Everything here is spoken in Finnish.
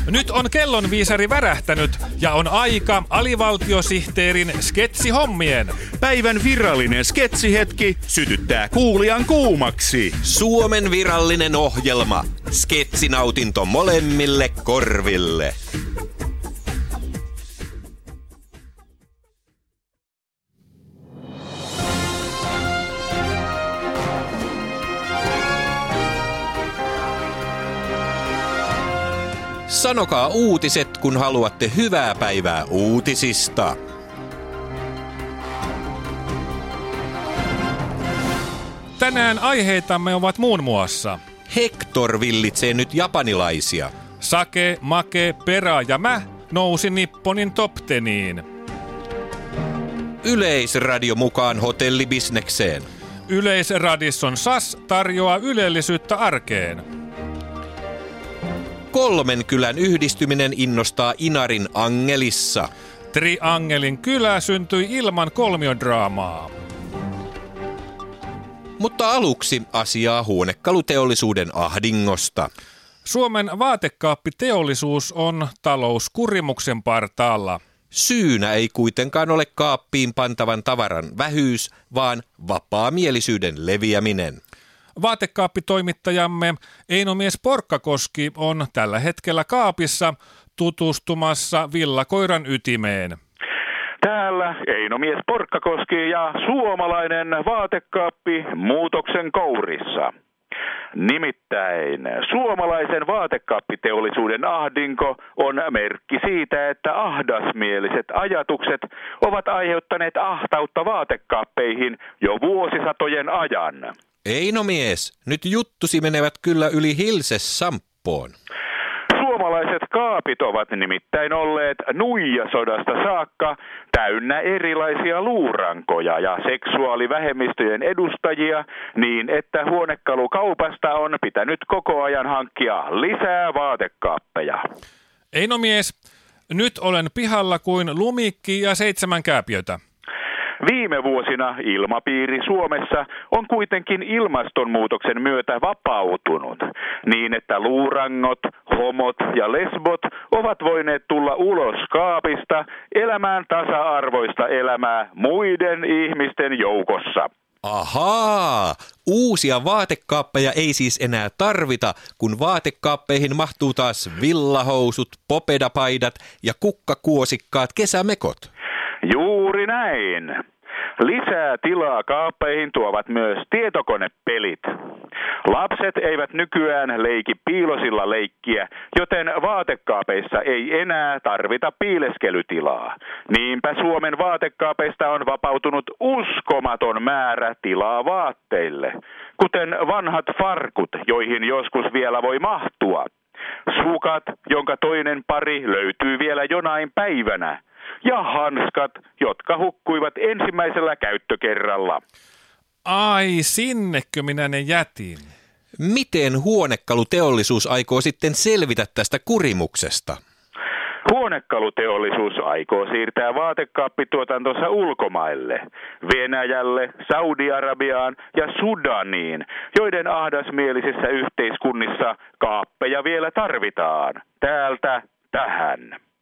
Nyt on kellonviisari värähtänyt ja on aika alivaltiosihteerin sketsihommien. Päivän virallinen sketsihetki sytyttää kuulijan kuumaksi. Suomen virallinen ohjelma. Sketsinautinto molemmille korville. Sanokaa uutiset, kun haluatte hyvää päivää uutisista. Tänään aiheitamme ovat muun muassa Hector villitsee nyt japanilaisia. Sake, Make, Pera ja mä nousi Nipponin top 10:iin. Yleisradio mukaan hotellibisnekseen. Yleisradisson SAS tarjoaa ylellisyyttä arkeen. Kolmen kylän yhdistyminen innostaa Inarin Angelissa. Triangelin kylä syntyi ilman kolmiodraamaa. Mutta aluksi asiaa huonekaluteollisuuden ahdingosta. Suomen vaatekaappiteollisuus on talouskurimuksen partaalla. Syynä ei kuitenkaan ole kaappiin pantavan tavaran vähyys, vaan vapaamielisyyden leviäminen. Vaatekaappitoimittajamme Einomies Porkkakoski on tällä hetkellä kaapissa tutustumassa villakoiran ytimeen. Täällä Einomies Porkkakoski ja suomalainen vaatekaappi muutoksen kourissa. Nimittäin suomalaisen vaatekaappiteollisuuden ahdinko on merkki siitä, että ahdasmieliset ajatukset ovat aiheuttaneet ahtautta vaatekaappeihin jo vuosisatojen ajan. Einomies, nyt juttusi menevät kyllä yli Hilse-samppoon. Suomalaiset kaapit ovat nimittäin olleet nuijasodasta saakka täynnä erilaisia luurankoja ja seksuaalivähemmistöjen edustajia niin, että huonekalukaupasta on pitänyt koko ajan hankkia lisää vaatekaappeja. Einomies, nyt olen pihalla kuin lumikki ja 7 kääpiötä. Viime vuosina ilmapiiri Suomessa on kuitenkin ilmastonmuutoksen myötä vapautunut, niin että luurangot, homot ja lesbot ovat voineet tulla ulos kaapista elämään tasa-arvoista elämää muiden ihmisten joukossa. Ahaa! Uusia vaatekaappeja ei siis enää tarvita, kun vaatekaappeihin mahtuu taas villahousut, popedapaidat ja kukkakuosikkaat kesämekot. Juuri näin. Lisää tilaa kaappeihin tuovat myös tietokonepelit. Lapset eivät nykyään leiki piilosilla leikkiä, joten vaatekaapeissa ei enää tarvita piileskelytilaa. Niinpä Suomen vaatekaapeista on vapautunut uskomaton määrä tilaa vaatteille, kuten vanhat farkut, joihin joskus vielä voi mahtua. Sukat, jonka toinen pari löytyy vielä jonain päivänä. Ja hanskat, jotka hukkuivat ensimmäisellä käyttökerralla. Ai, sinnekö minä ne jätin? Miten huonekaluteollisuus aikoo sitten selvitä tästä kurimuksesta? Huonekaluteollisuus aikoo siirtää vaatekaappituotantonsa ulkomaille, Venäjälle, Saudi-Arabiaan ja Sudaniin, joiden ahdasmielisissä yhteiskunnissa kaappeja vielä tarvitaan, täältä tähän.